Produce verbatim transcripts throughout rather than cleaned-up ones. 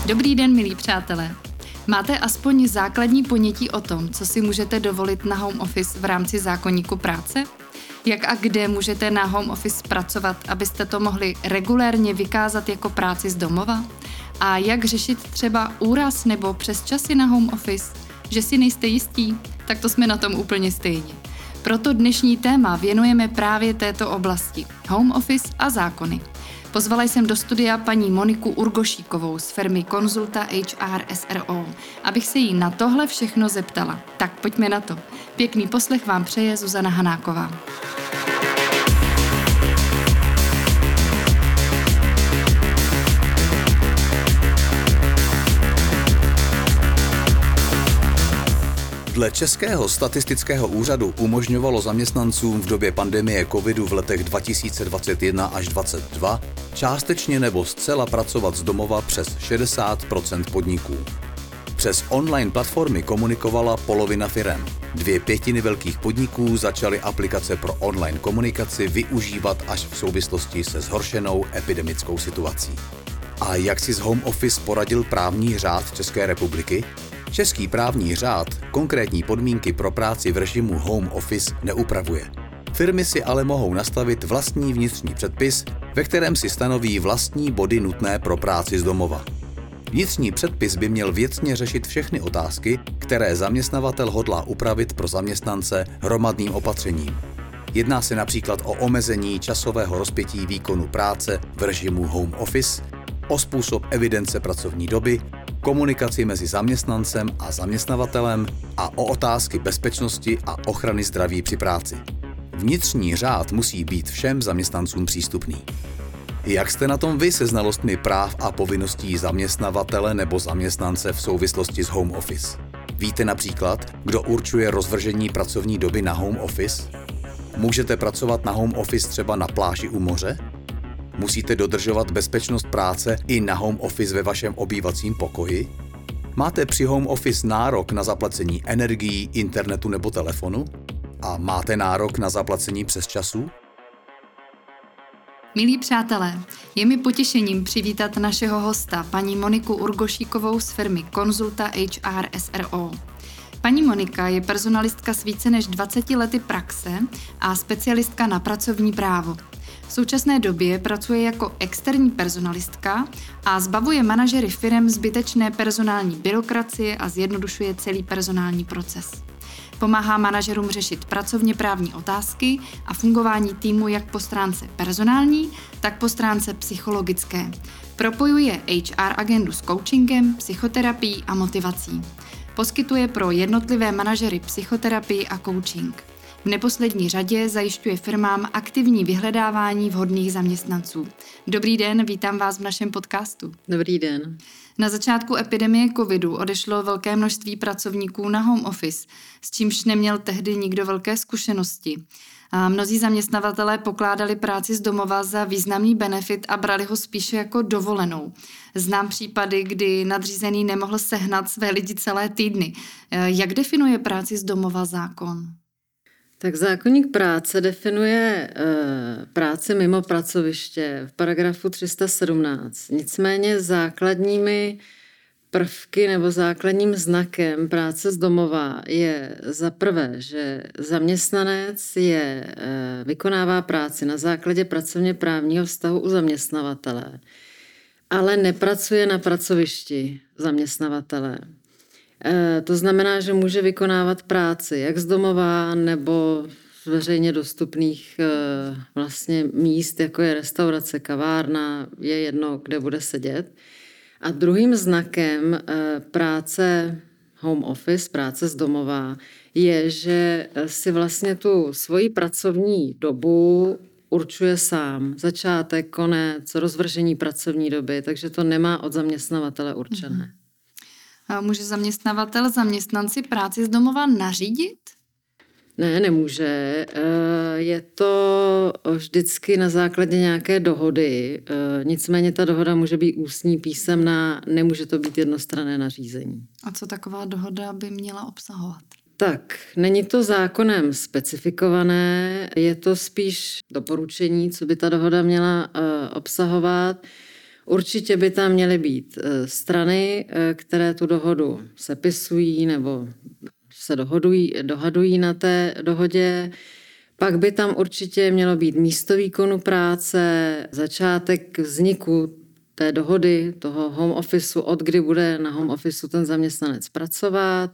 Dobrý den, milí přátelé. Máte aspoň základní ponětí o tom, co si můžete dovolit na home office v rámci zákoníku práce? Jak a kde můžete na home office pracovat, abyste to mohli regulérně vykázat jako práci z domova? A jak řešit třeba úraz nebo přesčasy na home office? Že si nejste jistí? Tak to jsme na tom úplně stejně. Proto dnešní téma věnujeme právě této oblasti. Home office a zákony. Pozvala jsem do studia paní Moniku Urgošíkovou z firmy Konzulta H R S R O, abych se jí na tohle všechno zeptala. Tak pojďme na to. Pěkný poslech vám přeje Zuzana Hanáková. Dle Českého statistického úřadu umožňovalo zaměstnancům v době pandemie covidu v letech dva tisíce dvacet jedna až dvacet dva částečně nebo zcela pracovat z domova přes šedesát procent podniků. Přes online platformy komunikovala polovina firem. Dvě pětiny velkých podniků začaly aplikace pro online komunikaci využívat až v souvislosti se zhoršenou epidemickou situací. A jak si s home office poradil právní řád České republiky? Český právní řád konkrétní podmínky pro práci v režimu home office neupravuje. Firmy si ale mohou nastavit vlastní vnitřní předpis, ve kterém si stanoví vlastní body nutné pro práci z domova. Vnitřní předpis by měl věcně řešit všechny otázky, které zaměstnavatel hodlá upravit pro zaměstnance hromadným opatřením. Jedná se například o omezení časového rozpětí výkonu práce v režimu home office, o způsob evidence pracovní doby, komunikaci mezi zaměstnancem a zaměstnavatelem a o otázky bezpečnosti a ochrany zdraví při práci. Vnitřní řád musí být všem zaměstnancům přístupný. Jak jste na tom vy se znalostmi práv a povinností zaměstnavatele nebo zaměstnance v souvislosti s home office? Víte například, kdo určuje rozvržení pracovní doby na home office? Můžete pracovat na home office třeba na pláži u moře? Musíte dodržovat bezpečnost práce i na home office ve vašem obývacím pokoji? Máte při home office nárok na zaplacení energií, internetu nebo telefonu? A máte nárok na zaplacení přesčasů? Milí přátelé, je mi potěšením přivítat našeho hosta, paní Moniku Urgošíkovou z firmy Konzulta H R S R O. Paní Monika je personalistka s více než dvaceti lety praxe a specialistka na pracovní právo. V současné době pracuje jako externí personalistka a zbavuje manažery firem zbytečné personální byrokracie a zjednodušuje celý personální proces. Pomáhá manažerům řešit pracovně právní otázky a fungování týmu jak po stránce personální, tak po stránce psychologické. Propojuje H R agendu s coachingem, psychoterapií a motivací. Poskytuje pro jednotlivé manažery psychoterapii a coaching. V neposlední řadě zajišťuje firmám aktivní vyhledávání vhodných zaměstnanců. Dobrý den, vítám vás v našem podcastu. Dobrý den. Na začátku epidemie covidu odešlo velké množství pracovníků na home office, s čímž neměl tehdy nikdo velké zkušenosti. A mnozí zaměstnavatelé pokládali práci z domova za významný benefit a brali ho spíše jako dovolenou. Znám případy, kdy nadřízený nemohl sehnat své lidi celé týdny. Jak definuje práci z domova zákon? Tak zákoník práce definuje e, práci mimo pracoviště v paragrafu tři sta sedmnáct. Nicméně základními prvky nebo základním znakem práce z domova je za prvé, že zaměstnanec je, e, vykonává práci na základě pracovně právního vztahu u zaměstnavatele, ale nepracuje na pracovišti zaměstnavatele. To znamená, že může vykonávat práci jak z domova nebo z veřejně dostupných vlastně míst, jako je restaurace, kavárna, je jedno, kde bude sedět. A druhým znakem práce home office, práce z domova, je, že si vlastně tu svoji pracovní dobu určuje sám. Začátek, konec, rozvržení pracovní doby, takže to nemá od zaměstnavatele určené. Mm-hmm. Může zaměstnavatel zaměstnanci práci z domova nařídit? Ne, nemůže. Je to vždycky na základě nějaké dohody. Nicméně ta dohoda může být ústní, písemná, nemůže to být jednostranné nařízení. A co taková dohoda by měla obsahovat? Tak, není to zákonem specifikované, je to spíš doporučení, co by ta dohoda měla obsahovat. Určitě by tam měly být strany, které tu dohodu sepisují nebo se dohodují, dohadují na té dohodě. Pak by tam určitě mělo být místo výkonu práce, začátek vzniku té dohody, toho home officeu, od kdy bude na home officeu ten zaměstnanec pracovat,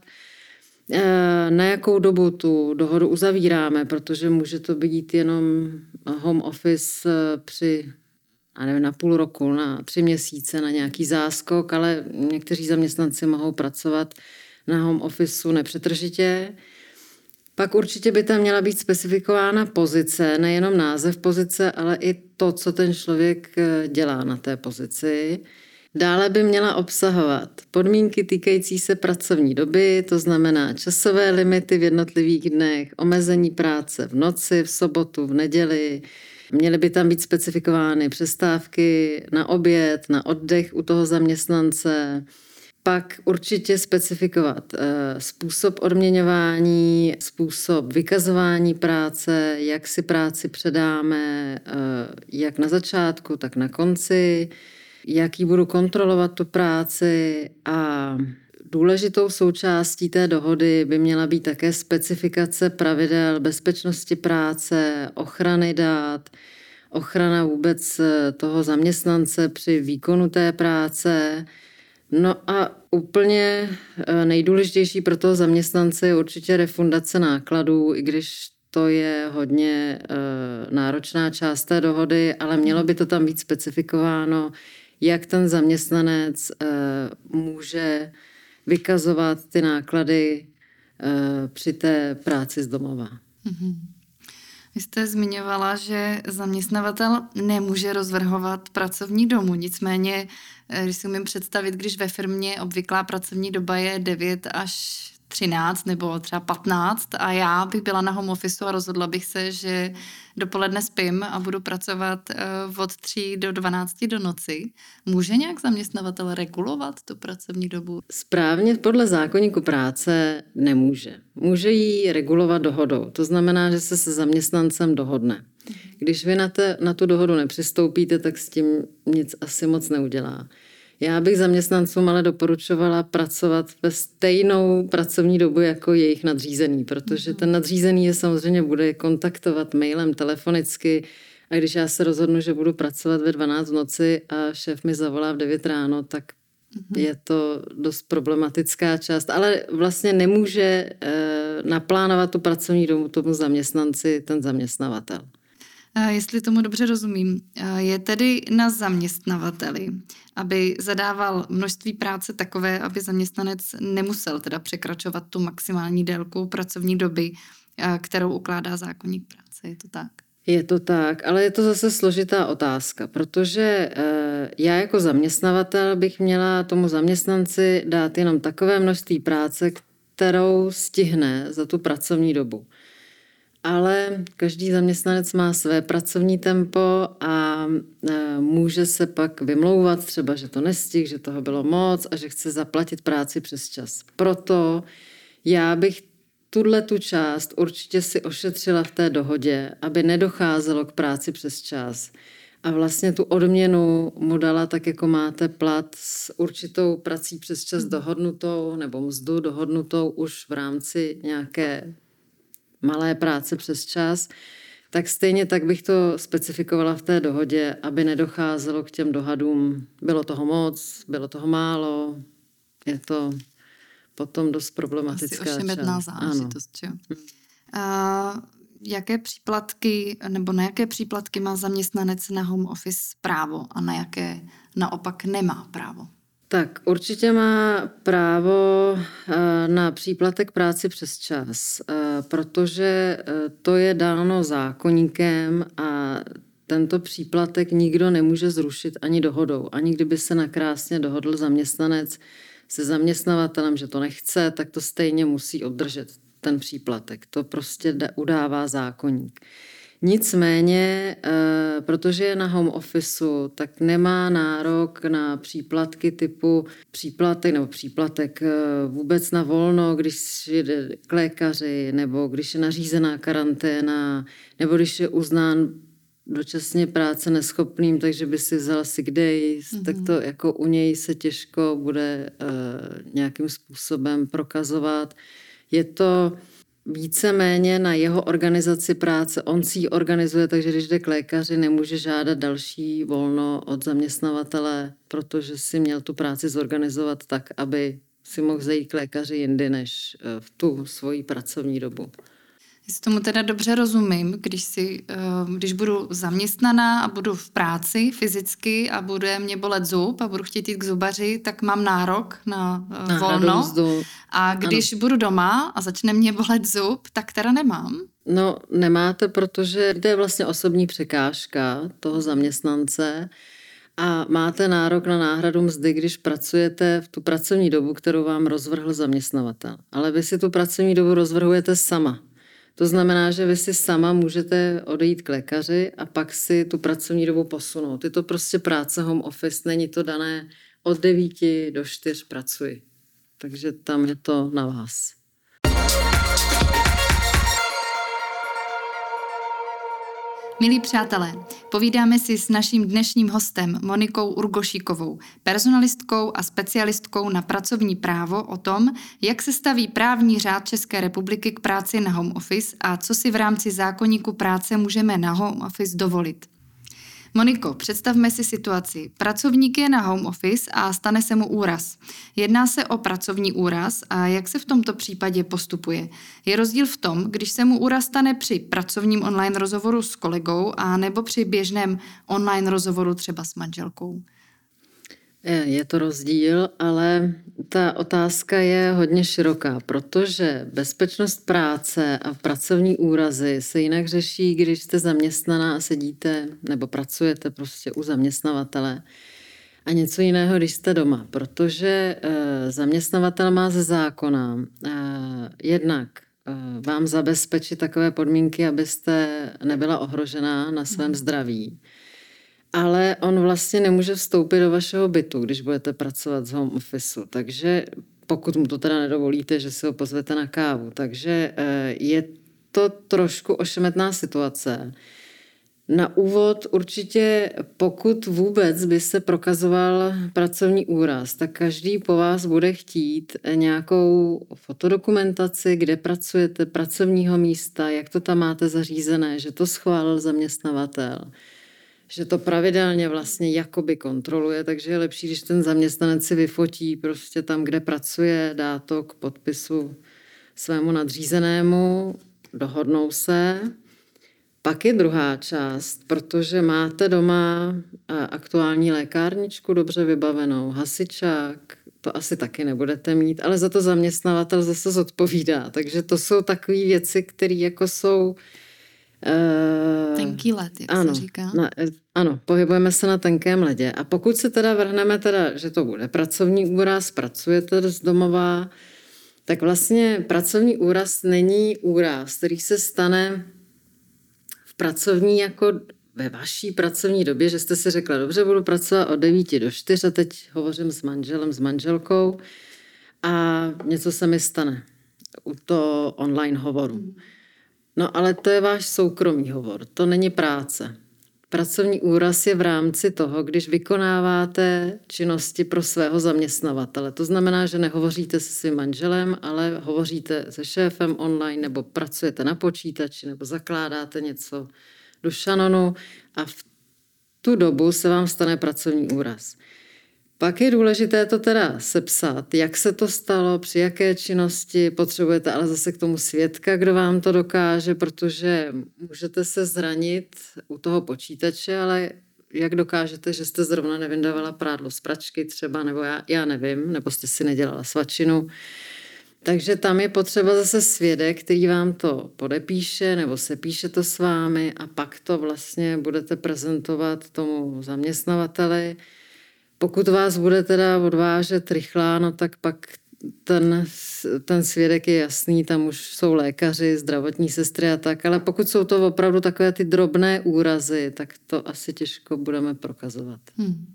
na jakou dobu tu dohodu uzavíráme, protože může to být jenom home office při, já nevím, na půl roku, na tři měsíce, na nějaký záskok, ale někteří zaměstnanci mohou pracovat na home officeu nepřetržitě. Pak určitě by tam měla být specifikována pozice, nejenom název pozice, ale i to, co ten člověk dělá na té pozici. Dále by měla obsahovat podmínky týkající se pracovní doby, to znamená časové limity v jednotlivých dnech, omezení práce v noci, v sobotu, v neděli. Měly by tam být specifikovány přestávky na oběd, na oddech u toho zaměstnance. Pak určitě specifikovat způsob odměňování, způsob vykazování práce, jak si práci předáme, jak na začátku, tak na konci, jak ji budu kontrolovat tu práci a důležitou součástí té dohody by měla být také specifikace pravidel bezpečnosti práce, ochrany dat, ochrana vůbec toho zaměstnance při výkonu té práce. No a úplně nejdůležitější pro toho zaměstnance je určitě refundace nákladů, i když to je hodně náročná část té dohody, ale mělo by to tam být specifikováno, jak ten zaměstnanec může vykazovat ty náklady při té práci z domova. Mm-hmm. Vy jste zmiňovala, že zaměstnavatel nemůže rozvrhovat pracovní dobu, nicméně, když si umím představit, když ve firmě obvyklá pracovní doba je devět až třináct nebo třeba patnáct a já bych byla na home office a rozhodla bych se, že dopoledne spím a budu pracovat od tří do dvanácti do noci. Může nějak zaměstnavatel regulovat tu pracovní dobu? Správně podle zákoníku práce nemůže. Může ji regulovat dohodou. To znamená, že se se zaměstnancem dohodne. Když vy na, te, na tu dohodu nepřistoupíte, tak s tím nic asi moc neudělá. Já bych zaměstnancům ale doporučovala pracovat ve stejnou pracovní dobu jako jejich nadřízený, protože ten nadřízený je samozřejmě bude kontaktovat mailem, telefonicky a když já se rozhodnu, že budu pracovat ve dvanáct v noci a šéf mi zavolá v devět ráno, tak mm-hmm. je to dost problematická část, ale vlastně nemůže e, naplánovat tu pracovní dobu tomu zaměstnanci ten zaměstnavatel. Jestli tomu dobře rozumím, je tedy na zaměstnavateli, aby zadával množství práce takové, aby zaměstnanec nemusel teda překračovat tu maximální délku pracovní doby, kterou ukládá zákoník práce. Je to tak? Je to tak, ale je to zase složitá otázka, protože já jako zaměstnavatel bych měla tomu zaměstnanci dát jenom takové množství práce, kterou stihne za tu pracovní dobu. Ale každý zaměstnanec má své pracovní tempo a může se pak vymlouvat třeba, že to nestihl, že toho bylo moc a že chce zaplatit práci přes čas. Proto já bych tuhle tu část určitě si ošetřila v té dohodě, aby nedocházelo k práci přes čas. A vlastně tu odměnu mu dala tak, jako máte plat s určitou prací přes čas dohodnutou nebo mzdu dohodnutou už v rámci nějaké malé práce přes čas, tak stejně tak bych to specifikovala v té dohodě, aby nedocházelo k těm dohadům. Bylo toho moc, bylo toho málo, je to potom dost problematická část. Asi ošemetná záležitost, jo. A jaké příplatky, nebo na jaké příplatky má zaměstnanec na home office právo a na jaké naopak nemá právo? Tak určitě má právo na příplatek práci přes čas, protože to je dáno zákoníkem a tento příplatek nikdo nemůže zrušit ani dohodou. Ani kdyby se nakrásně dohodl zaměstnanec se zaměstnavatelem, že to nechce, tak to stejně musí obdržet ten příplatek. To prostě udává zákoník. Nicméně, protože je na home officeu, tak nemá nárok na příplatky typu příplatek nebo příplatek vůbec na volno, když jde k lékaři, nebo když je nařízená karanténa, nebo když je uznán dočasně práce neschopným, takže by si vzal sick days, mm-hmm. tak to jako u něj se těžko bude uh, nějakým způsobem prokazovat. Je to víceméně na jeho organizaci práce. On si ji organizuje, takže když jde k lékaři, nemůže žádat další volno od zaměstnavatele, protože si měl tu práci zorganizovat tak, aby si mohl zajít k lékaři jindy než v tu svoji pracovní dobu. Jestli tomu teda dobře rozumím, když, si, když budu zaměstnaná a budu v práci fyzicky a bude mě bolet zub a budu chtít jít k zubaři, tak mám nárok na, na volno. Mzdu. A když ano. budu doma a začne mě bolet zub, tak teda nemám. No nemáte, protože to je vlastně osobní překážka toho zaměstnance a máte nárok na náhradu mzdy, když pracujete v tu pracovní dobu, kterou vám rozvrhl zaměstnavatel. Ale vy si tu pracovní dobu rozvrhujete sama. To znamená, že vy si sama můžete odejít k lékaři a pak si tu pracovní dobu posunout. Je to prostě práce home office, není to dané od devíti do čtyř pracuji. Takže tam je to na vás. Milí přátelé, povídáme si s naším dnešním hostem Monikou Urgošíkovou, personalistkou a specialistkou na pracovní právo o tom, jak se staví právní řád České republiky k práci na home office a co si v rámci zákoníku práce můžeme na home office dovolit. Moniko, představme si situaci. Pracovník je na home office a stane se mu úraz. Jedná se o pracovní úraz a jak se v tomto případě postupuje? Je rozdíl v tom, když se mu úraz stane při pracovním online rozhovoru s kolegou a nebo při běžném online rozhovoru třeba s manželkou? Je to rozdíl, ale ta otázka je hodně široká, protože bezpečnost práce a pracovní úrazy se jinak řeší, když jste zaměstnaná a sedíte nebo pracujete prostě u zaměstnavatele. A něco jiného, když jste doma, protože zaměstnavatel má ze zákona jednak vám zabezpečit takové podmínky, abyste nebyla ohrožená na svém zdraví. Ale on vlastně nemůže vstoupit do vašeho bytu, když budete pracovat z home officeu. Takže pokud mu to teda nedovolíte, že si ho pozvete na kávu. Takže je to trošku ošemetná situace. Na úvod určitě, pokud vůbec by se prokazoval pracovní úraz, tak každý po vás bude chtít nějakou fotodokumentaci, kde pracujete, pracovního místa, jak to tam máte zařízené, že to schválil zaměstnavatel, že to pravidelně vlastně jakoby kontroluje, takže je lepší, když ten zaměstnanec si vyfotí prostě tam, kde pracuje, dá to k podpisu svému nadřízenému, dohodnou se. Pak je druhá část, protože máte doma aktuální lékárničku dobře vybavenou, hasičák, to asi taky nebudete mít, ale za to zaměstnavatel zase zodpovídá. Takže to jsou takové věci, které jako jsou tenký led, jak ano, se říká. Na, ano, pohybujeme se na tenkém ledě. A pokud se teda vrhneme, teda, že to bude pracovní úraz, pracujete z domova, tak vlastně pracovní úraz není úraz, který se stane v pracovní jako ve vaší pracovní době, že jste si řekla, dobře, budu pracovat od devíti do čtyř a teď hovořím s manželem, s manželkou a něco se mi stane u toho online hovoru. No ale to je váš soukromý hovor, to není práce. Pracovní úraz je v rámci toho, když vykonáváte činnosti pro svého zaměstnavatele. To znamená, že nehovoříte se svým manželem, ale hovoříte se šéfem online, nebo pracujete na počítači, nebo zakládáte něco do šanonu a v tu dobu se vám stane pracovní úraz. Pak je důležité to teda sepsat, jak se to stalo, při jaké činnosti, potřebujete ale zase k tomu svědka, kdo vám to dokáže, protože můžete se zranit u toho počítače, ale jak dokážete, že jste zrovna nevyndavala prádlo z pračky třeba, nebo já, já nevím, nebo jste si nedělala svačinu. Takže tam je potřeba zase svědek, který vám to podepíše, nebo sepíše to s vámi a pak to vlastně budete prezentovat tomu zaměstnavateli. Pokud vás bude teda odvážet rychlá, no tak pak ten, ten svědek je jasný, tam už jsou lékaři, zdravotní sestry a tak, ale pokud jsou to opravdu takové ty drobné úrazy, tak to asi těžko budeme prokazovat. Hmm.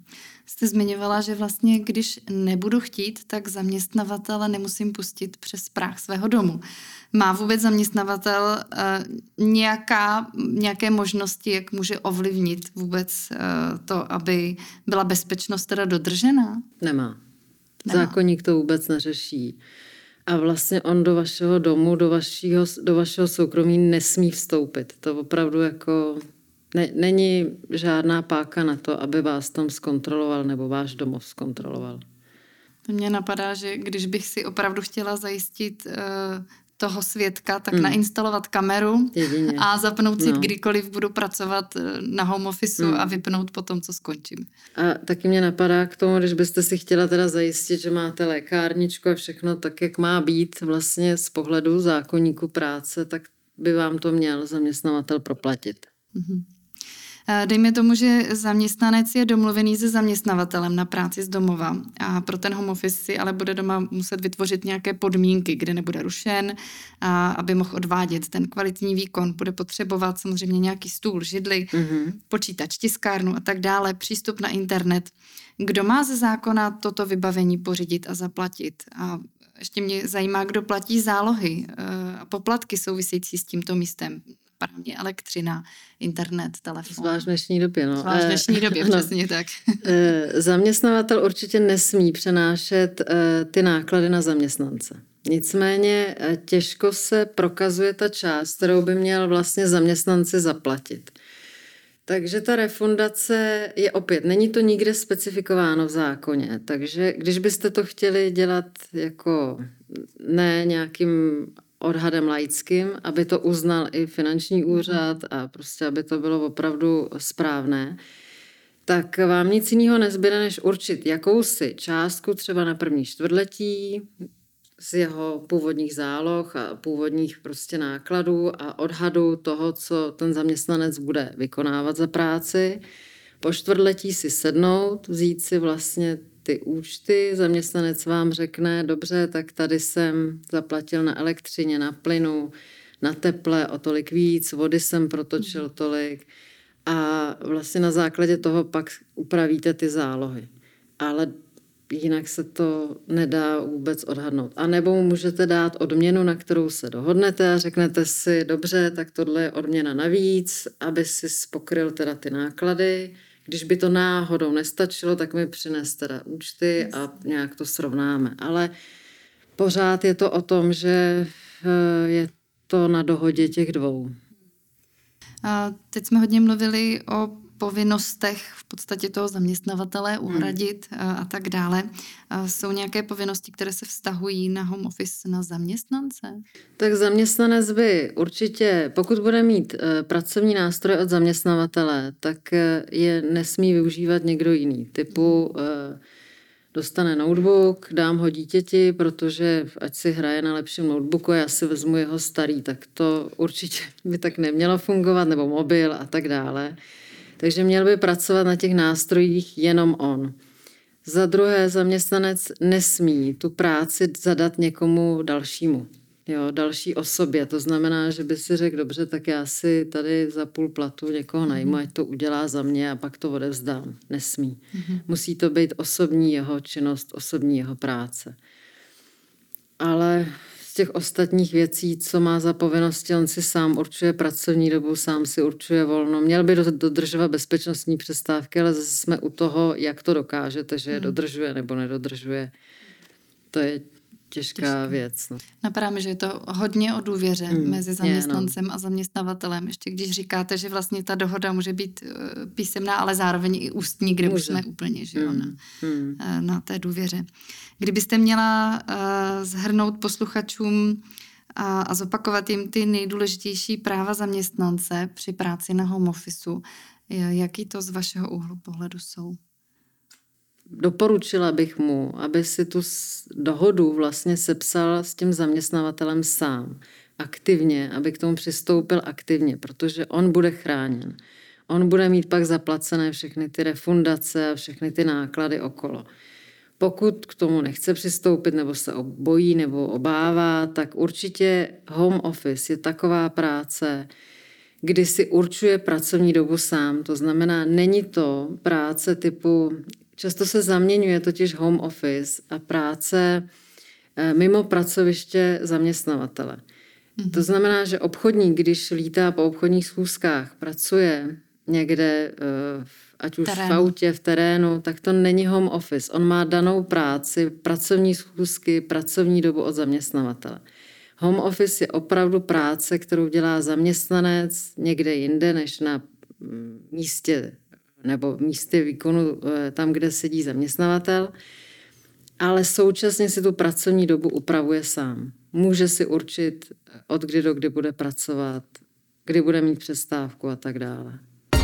Jste zmiňovala, že vlastně, když nebudu chtít, tak zaměstnavatele nemusím pustit přes práh svého domu. Má vůbec zaměstnavatel uh, nějaká, nějaké možnosti, jak může ovlivnit vůbec uh, to, aby byla bezpečnost teda dodržena? Nemá. Nemá. Zákoník to vůbec neřeší. A vlastně on do vašeho domu, do vašeho, do vašeho soukromí nesmí vstoupit. To opravdu jako ne, není žádná páka na to, aby vás tam zkontroloval nebo váš domov zkontroloval. To mě napadá, že když bych si opravdu chtěla zajistit uh, toho svědka, tak hmm. nainstalovat kameru Jedině. a zapnout si, no. kdykoliv budu pracovat na home officeu hmm. a vypnout potom, co skončím. A taky mě napadá k tomu, když byste si chtěla teda zajistit, že máte lékárničku a všechno tak, jak má být vlastně z pohledu zákoníku práce, tak by vám to měl zaměstnavatel proplatit. Hmm. Dejme tomu, že zaměstnanec je domluvený se zaměstnavatelem na práci z domova a pro ten home office si ale bude doma muset vytvořit nějaké podmínky, kde nebude rušen, a aby mohl odvádět ten kvalitní výkon. Bude potřebovat samozřejmě nějaký stůl, židli, mm-hmm. počítač, tiskárnu a tak dále, přístup na internet. Kdo má ze zákona toto vybavení pořídit a zaplatit? A ještě mě zajímá, kdo platí zálohy a poplatky související s tímto místem. Právě elektřina, internet, telefon. Zvlášť v dnešní době. No. Zvlášť v dnešní době, no. přesně tak. Zaměstnavatel určitě nesmí přenášet ty náklady na zaměstnance. Nicméně těžko se prokazuje ta část, kterou by měl vlastně zaměstnanci zaplatit. Takže ta refundace je opět, není to nikde specifikováno v zákoně, takže když byste to chtěli dělat jako ne nějakým odhadem laickým, aby to uznal i finanční úřad a prostě, aby to bylo opravdu správné, tak vám nic jiného nezbyde, než určit jakousi částku třeba na první čtvrtletí z jeho původních záloh a původních prostě nákladů a odhadu toho, co ten zaměstnanec bude vykonávat za práci. Po čtvrtletí si sednout, vzít si vlastně ty účty, zaměstnanec vám řekne, dobře, tak tady jsem zaplatil na elektřině, na plynu, na teple o tolik víc, vody jsem protočil tolik a vlastně na základě toho pak upravíte ty zálohy. Ale jinak se to nedá vůbec odhadnout. A nebo mu můžete dát odměnu, na kterou se dohodnete a řeknete si, dobře, tak tohle je odměna navíc, aby si pokryl teda ty náklady. Když by to náhodou nestačilo, tak mi přines teda účty a nějak to srovnáme. Ale pořád je to o tom, že je to na dohodě těch dvou. A teď jsme hodně mluvili o povinnostech v podstatě toho zaměstnavatele uhradit hmm. a, a tak dále. A jsou nějaké povinnosti, které se vztahují na home office na zaměstnance? Tak zaměstnanec by určitě, pokud bude mít e, pracovní nástroj od zaměstnavatele, tak e, je nesmí využívat někdo jiný. Typu e, dostane notebook, dám ho dítěti, protože ať si hraje na lepším notebooku, já si vezmu jeho starý, tak to určitě by tak nemělo fungovat, nebo mobil a tak dále. Takže měl by pracovat na těch nástrojích jenom on. Za druhé, zaměstnanec nesmí tu práci zadat někomu dalšímu, jo, další osobě. To znamená, že by si řekl, dobře, tak já si tady za půl platu někoho najmu, ať to udělá za mě a pak to odevzdám. Nesmí. Mm-hmm. Musí to být osobní jeho činnost, osobní jeho práce. Ale z těch ostatních věcí, co má za povinnosti, on si sám určuje pracovní dobu, sám si určuje volno. Měl by dodržovat bezpečnostní přestávky, ale zase jsme u toho, jak to dokážete, že je dodržuje nebo nedodržuje. To je těžká Těžké. věc. No. Napadá mi, že je to hodně o důvěře hmm. mezi zaměstnancem je, no. a zaměstnavatelem. Ještě když říkáte, že vlastně ta dohoda může být písemná, ale zároveň i ústní, kde může. Už jsme úplně že hmm. na, hmm. na té důvěře. Kdybyste měla uh, shrnout posluchačům a, a zopakovat jim ty nejdůležitější práva zaměstnance při práci na home officeu, jaký to z vašeho úhlu pohledu jsou? Doporučila bych mu, aby si tu dohodu vlastně sepsal s tím zaměstnavatelem sám, aktivně, aby k tomu přistoupil aktivně, protože on bude chráněn. On bude mít pak zaplacené všechny ty refundace a všechny ty náklady okolo. Pokud k tomu nechce přistoupit, nebo se bojí, nebo obává, tak určitě home office je taková práce, kdy si určuje pracovní dobu sám. To znamená, není to práce typu Často se zaměňuje totiž home office a práce mimo pracoviště zaměstnavatele. Mm-hmm. To znamená, že obchodník, když lítá po obchodních schůzkách, pracuje někde, ať už Terén. v autě, v terénu, tak to není home office. On má danou práci, pracovní schůzky, pracovní dobu od zaměstnavatele. Home office je opravdu práce, kterou dělá zaměstnanec někde jinde, než na místě nebo v místě výkonu tam, kde sedí zaměstnavatel, ale současně si tu pracovní dobu upravuje sám. Může si určit, od kdy do kdy bude pracovat, kdy bude mít přestávku a tak dále.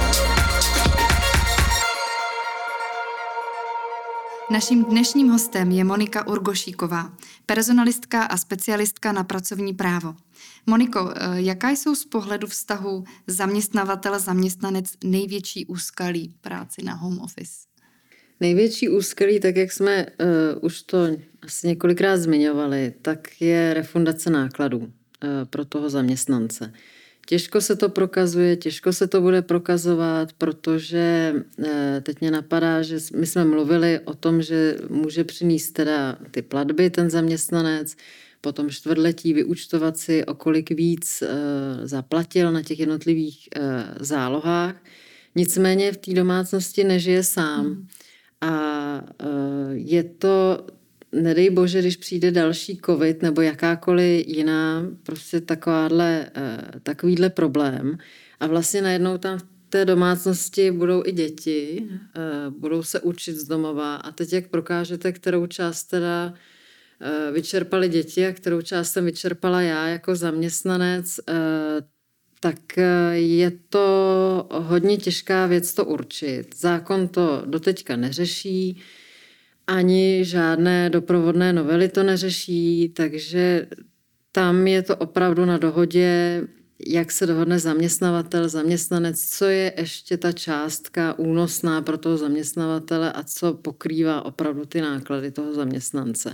Naším dnešním hostem je Monika Urgošíková, personalistka a specialistka na pracovní právo. Moniko, jaká jsou z pohledu vztahu zaměstnavatel-zaměstnanec největší úskalí práci na home office? Největší úskalí, tak jak jsme uh, už to asi několikrát zmiňovali, tak je refundace nákladů uh, pro toho zaměstnance. Těžko se to prokazuje, těžko se to bude prokazovat, protože teď mě napadá, že my jsme mluvili o tom, že může přinést teda ty platby ten zaměstnanec, potom čtvrtletí vyúčtovat si, o kolik víc zaplatil na těch jednotlivých zálohách. Nicméně v té domácnosti nežije sám. Hmm. A je to... Nedej bože, když přijde další covid nebo jakákoliv jiná prostě takováhle, takovýhle problém a vlastně najednou tam v té domácnosti budou i děti, budou se učit z domova a teď jak prokážete, kterou část teda vyčerpali děti a kterou část jsem vyčerpala já jako zaměstnanec, tak je to hodně těžká věc to určit. Zákon to doteďka neřeší, ani žádné doprovodné novely to neřeší, takže tam je to opravdu na dohodě, jak se dohodne zaměstnavatel, zaměstnanec, co je ještě ta částka únosná pro toho zaměstnavatele a co pokrývá opravdu ty náklady toho zaměstnance.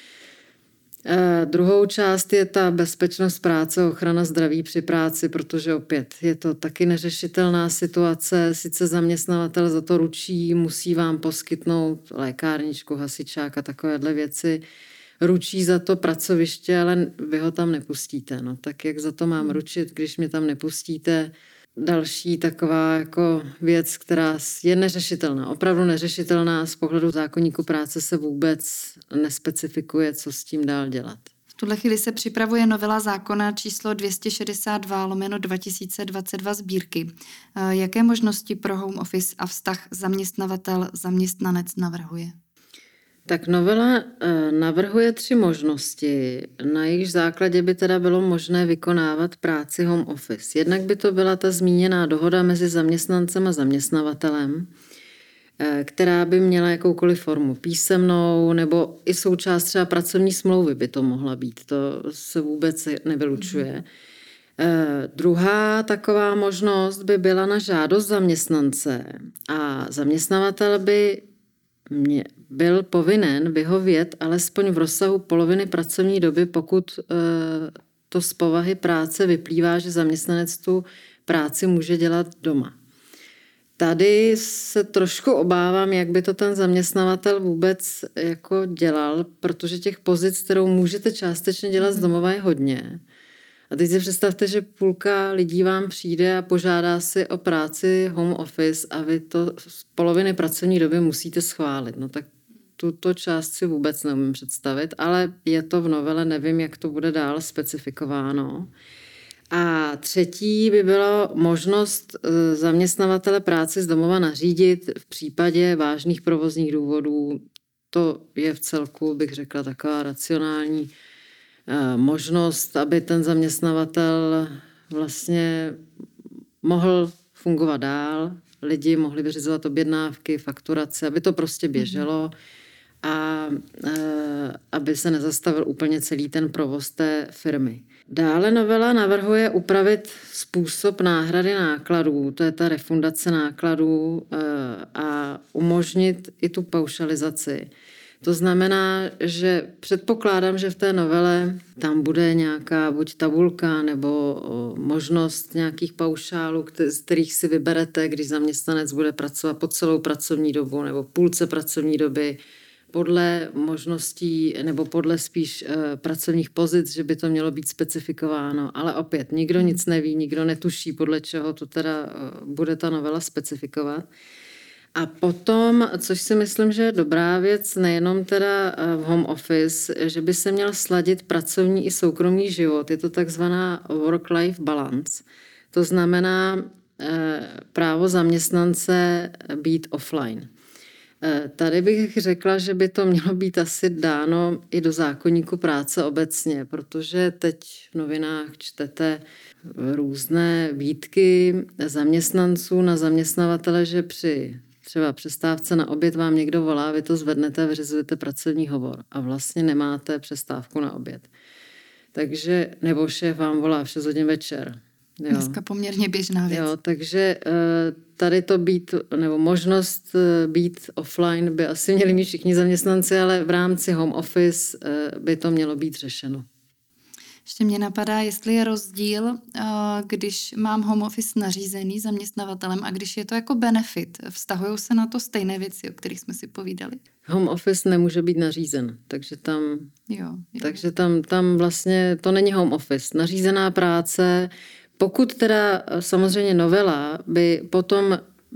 Eh, druhou část je ta bezpečnost práce, ochrana zdraví při práci, protože opět je to taky neřešitelná situace, sice zaměstnavatel za to ručí, musí vám poskytnout lékárničku, hasičák a takovéhle věci, ručí za to pracoviště, ale vy ho tam nepustíte. No, tak jak za to mám ručit, když mě tam nepustíte? Další taková jako věc, která je neřešitelná, opravdu neřešitelná, z pohledu zákoníku práce se vůbec nespecifikuje, co s tím dál dělat. V tuhle chvíli se připravuje novela zákona číslo dvě stě šedesát dva lomeno dva tisíce dvacet dva sbírky. Jaké možnosti pro home office a vztah zaměstnavatel-zaměstnanec navrhuje? Tak novela navrhuje tři možnosti, na jejichž základě by teda bylo možné vykonávat práci home office. Jednak by to byla ta zmíněná dohoda mezi zaměstnancem a zaměstnavatelem, která by měla jakoukoliv formu písemnou, nebo i součást třeba pracovní smlouvy by to mohla být. To se vůbec nevylučuje. Mm-hmm. Druhá taková možnost by byla na žádost zaměstnance a zaměstnavatel by mě byl povinen vyhovět alespoň v rozsahu poloviny pracovní doby, pokud e, to z povahy práce vyplývá, že zaměstnanec tu práci může dělat doma. Tady se trošku obávám, jak by to ten zaměstnavatel vůbec jako dělal, protože těch pozic, kterou můžete částečně dělat z domova, je hodně. A teď si představte, že půlka lidí vám přijde a požádá si o práci home office a vy to z poloviny pracovní doby musíte schválit. No tak tuto část si vůbec neumím představit, ale je to v novele, nevím, jak to bude dál specifikováno. A třetí by byla možnost zaměstnavatele práci z domova nařídit v případě vážných provozních důvodů. To je v celku, bych řekla, taková racionální možnost, aby ten zaměstnavatel vlastně mohl fungovat dál, lidi mohli vyřizovat objednávky, fakturace, aby to prostě běželo a aby se nezastavil úplně celý ten provoz té firmy. Dále novela navrhuje upravit způsob náhrady nákladů, to je ta refundace nákladů, a umožnit i tu paušalizaci. To znamená, že předpokládám, že v té novele tam bude nějaká buď tabulka nebo možnost nějakých paušálů, z kterých si vyberete, když zaměstnanec bude pracovat po celou pracovní dobu nebo půlce pracovní doby, podle možností nebo podle spíš e, pracovních pozic, že by to mělo být specifikováno. Ale opět, nikdo nic neví, nikdo netuší, podle čeho to teda e, bude ta novela specifikovat. A potom, což si myslím, že je dobrá věc, nejenom teda v home office, že by se měl sladit pracovní i soukromý život. Je to takzvaná work-life balance. To znamená e, právo zaměstnance být offline. Tady bych řekla, že by to mělo být asi dáno i do zákoníku práce obecně, protože teď v novinách čtete různé výtky zaměstnanců na zaměstnavatele, že při třeba přestávce na oběd vám někdo volá, vy to zvednete a vyřizujete pracovní hovor a vlastně nemáte přestávku na oběd. Takže, nebo šéf vám volá v šest hodin večer. Jo. Dneska poměrně běžná věc. Jo, takže tady to být, nebo možnost být offline by asi měli mít všichni zaměstnanci, ale v rámci home office by to mělo být řešeno. Ještě mě napadá, jestli je rozdíl, když mám home office nařízený zaměstnavatelem a když je to jako benefit. Vztahují se na to stejné věci, o kterých jsme si povídali? Home office nemůže být nařízen, takže tam, jo, jo. Takže tam, tam vlastně to není home office. Nařízená práce, pokud teda samozřejmě novela by potom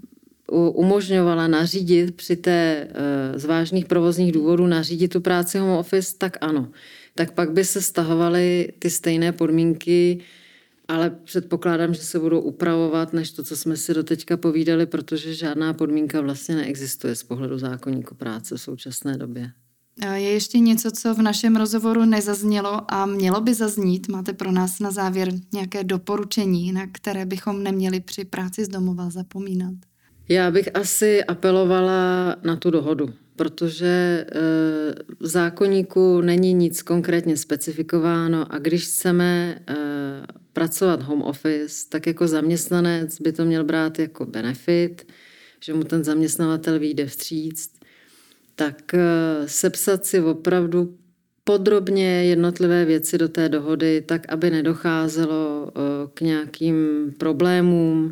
umožňovala nařídit při té z vážných provozních důvodů nařídit tu práci home office, tak ano. Tak pak by se stahovaly ty stejné podmínky, ale předpokládám, že se budou upravovat než to, co jsme si doteďka povídali, protože žádná podmínka vlastně neexistuje z pohledu zákoníku práce v současné době. Je ještě něco, co v našem rozhovoru nezaznělo a mělo by zaznít? Máte pro nás na závěr nějaké doporučení, na které bychom neměli při práci z domova zapomínat? Já bych asi apelovala na tu dohodu, protože v zákoníku není nic konkrétně specifikováno a když chceme pracovat home office, tak jako zaměstnanec by to měl brát jako benefit, že mu ten zaměstnavatel vyjde vstříc, tak sepsat si opravdu podrobně jednotlivé věci do té dohody, tak aby nedocházelo k nějakým problémům,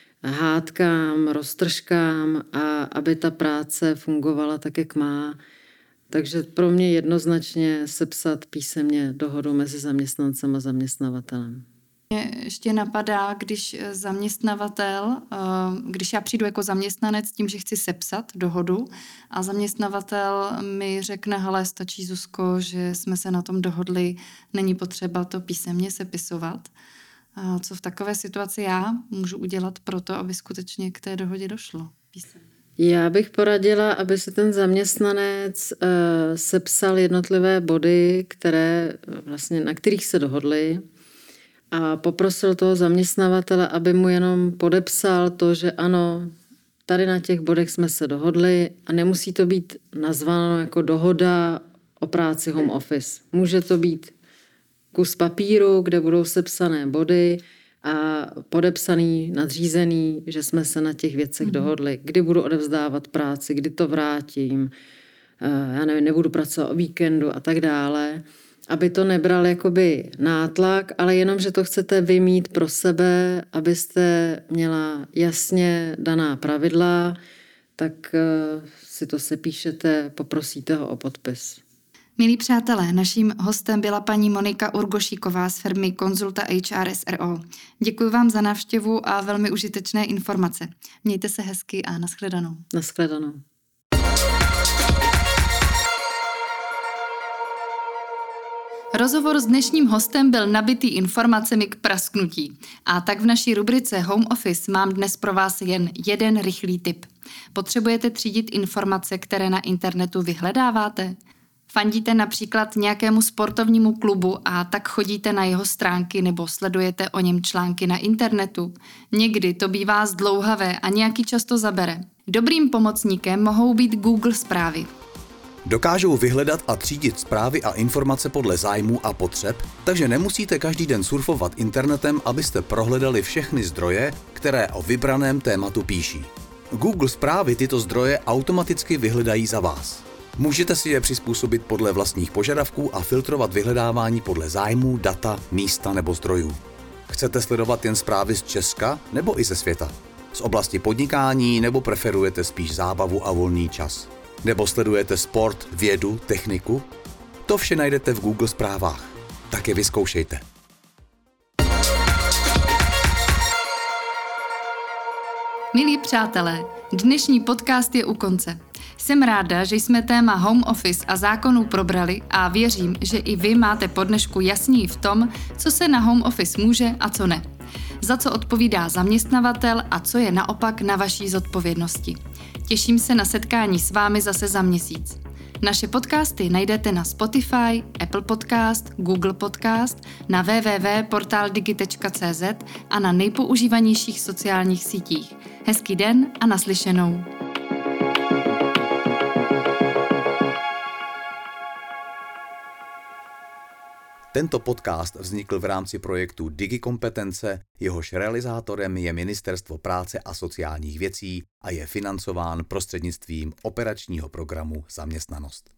hádkám, roztržkám a aby ta práce fungovala tak, jak má. Takže pro mě jednoznačně sepsat písemně dohodu mezi zaměstnancem a zaměstnavatelem. Mě ještě napadá, když zaměstnavatel, když já přijdu jako zaměstnanec tím, že chci sepsat dohodu a zaměstnavatel mi řekne, hele, stačí, Zuzko, že jsme se na tom dohodli, není potřeba to písemně sepisovat. Co v takové situaci já můžu udělat pro to, aby skutečně k té dohodě došlo? Písemně. Já bych poradila, aby se ten zaměstnanec uh, sepsal jednotlivé body, které, vlastně, na kterých se dohodli a poprosil toho zaměstnavatele, aby mu jenom podepsal to, že ano, tady na těch bodech jsme se dohodli a nemusí to být nazváno jako dohoda o práci home office. Může to být kus papíru, kde budou sepsané body a podepsaný, nadřízený, že jsme se na těch věcech mm-hmm. dohodli. Kdy budu odevzdávat práci, kdy to vrátím, já nevím, nebudu pracovat o víkendu a tak dále. Aby to nebral jakoby nátlak, ale jenom, že to chcete vymít pro sebe, abyste měla jasně daná pravidla, tak si to sepíšete, poprosíte ho o podpis. Milí přátelé, naším hostem byla paní Monika Urgošíková z firmy Konzulta H R S R O. Děkuji vám za návštěvu a velmi užitečné informace. Mějte se hezky a nashledanou. Nashledanou. Rozhovor s dnešním hostem byl nabitý informacemi k prasknutí. A tak v naší rubrice Home Office mám dnes pro vás jen jeden rychlý tip. Potřebujete třídit informace, které na internetu vyhledáváte? Fandíte například nějakému sportovnímu klubu a tak chodíte na jeho stránky nebo sledujete o něm články na internetu? Někdy to bývá zdlouhavé a nějaký čas to zabere. Dobrým pomocníkem mohou být Google zprávy. Dokážou vyhledat a třídit zprávy a informace podle zájmů a potřeb, takže nemusíte každý den surfovat internetem, abyste prohledali všechny zdroje, které o vybraném tématu píší. Google zprávy tyto zdroje automaticky vyhledají za vás. Můžete si je přizpůsobit podle vlastních požadavků a filtrovat vyhledávání podle zájmů, data, místa nebo zdrojů. Chcete sledovat jen zprávy z Česka nebo i ze světa? Z oblasti podnikání nebo preferujete spíš zábavu a volný čas? Nebo sledujete sport, vědu, techniku? To vše najdete v Google zprávách. Tak je vyzkoušejte. Milí přátelé, dnešní podcast je u konce. Jsem ráda, že jsme téma home office a zákonů probrali a věřím, že i vy máte po dnešku jasní v tom, co se na home office může a co ne. Za co odpovídá zaměstnavatel a co je naopak na vaší zodpovědnosti. Těším se na setkání s vámi zase za měsíc. Naše podcasty najdete na Spotify, Apple Podcast, Google Podcast, na w w w tečka portal digi tečka c z a na nejpoužívanějších sociálních sítích. Hezký den a naslyšenou. Tento podcast vznikl v rámci projektu DigiKompetence, jehož realizátorem je Ministerstvo práce a sociálních věcí a je financován prostřednictvím operačního programu Zaměstnanost.